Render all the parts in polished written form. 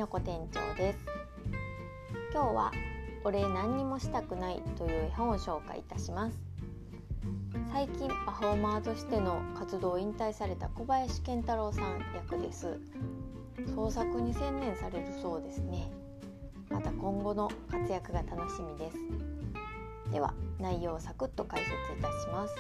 のこ店長です。今日は俺何にもしたくないという絵本を紹介いたします。最近パフォーマーとしての活動を引退された小林健太郎さん役です。創作に専念されるそうですね。また今後の活躍が楽しみです。では内容をサクッと解説いたします。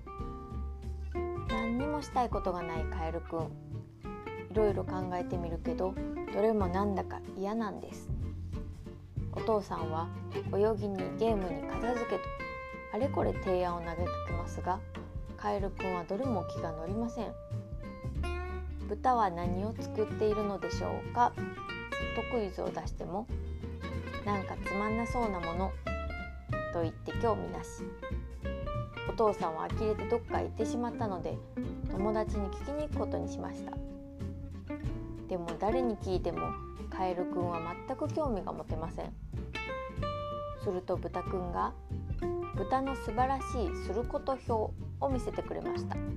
何にもしたいことがないカエルくん、いろいろ考えてみるけどどれもなんだか嫌なんです。お父さんは泳ぎにゲームに片付けとあれこれ提案を投げかけますが、カエルくんはどれも気が乗りません。豚は何を作っているのでしょうかとクイズを出しても、なんかつまんなそうなものと言って興味なし。お父さんは呆れてどっかへ行ってしまったので、友達に聞きに行くことにしました。でも誰に聞いてもカエルくんは全く興味が持てません。すると豚くんが豚の素晴らしいすること表を見せてくれました。1、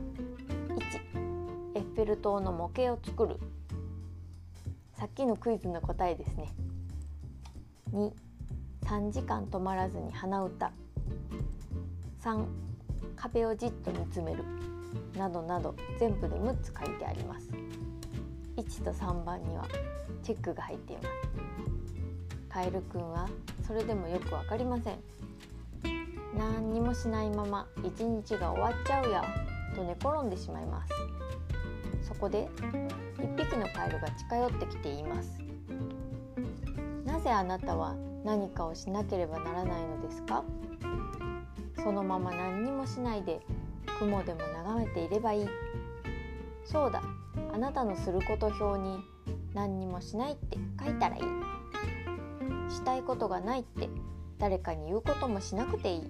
エッフェル塔の模型を作る。さっきのクイズの答えですね。2、3時間止まらずに鼻歌。3、壁をじっと見つめる。などなど全部で6つ書いてあります。1と3番にはチェックが入っています。カエルくんはそれでもよくわかりません。何にもしないまま一日が終わっちゃうやと寝転んでしまいます。そこで1匹のカエルが近寄ってきて言います。なぜあなたは何かをしなければならないのですか？そのまま何にもしないで雲でも眺めていればいい。そうだ、あなたのすること表に何にもしないって書いたらいい。したいことがないって誰かに言うこともしなくていい。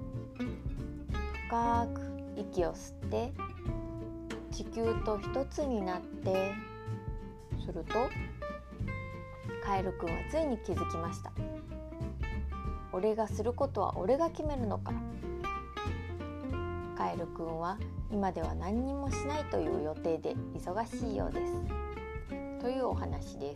深く息を吸って地球と一つになって、するとカエルくんはついに気づきました。俺がすることは俺が決めるのか。カエルくんは今では何にもしないという予定で忙しいようです。というお話です。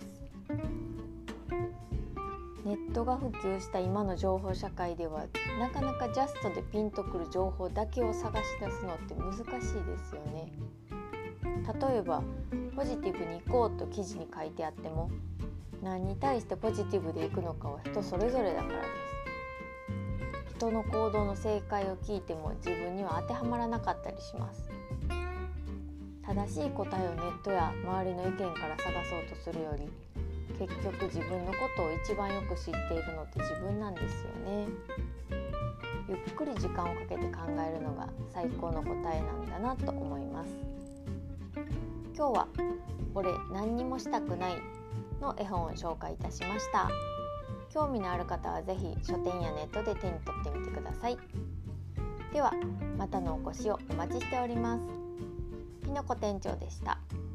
ネットが普及した今の情報社会では、なかなかジャストでピンとくる情報だけを探し出すのって難しいですよね。例えばポジティブに行こうと記事に書いてあっても、何に対してポジティブでいくのかは人それぞれだからです。人の行動の正解を聞いても自分には当てはまらなかったりします。正しい答えをネットや周りの意見から探そうとするより、結局自分のことを一番よく知っているのって自分なんですよね。ゆっくり時間をかけて考えるのが最高の答えなんだなと思います。今日は俺何にもしたくないの絵本を紹介いたしました。興味のある方はぜひ書店やネットで手に取ってみてください。ではまたのお越しをお待ちしております。きのこ店長でした。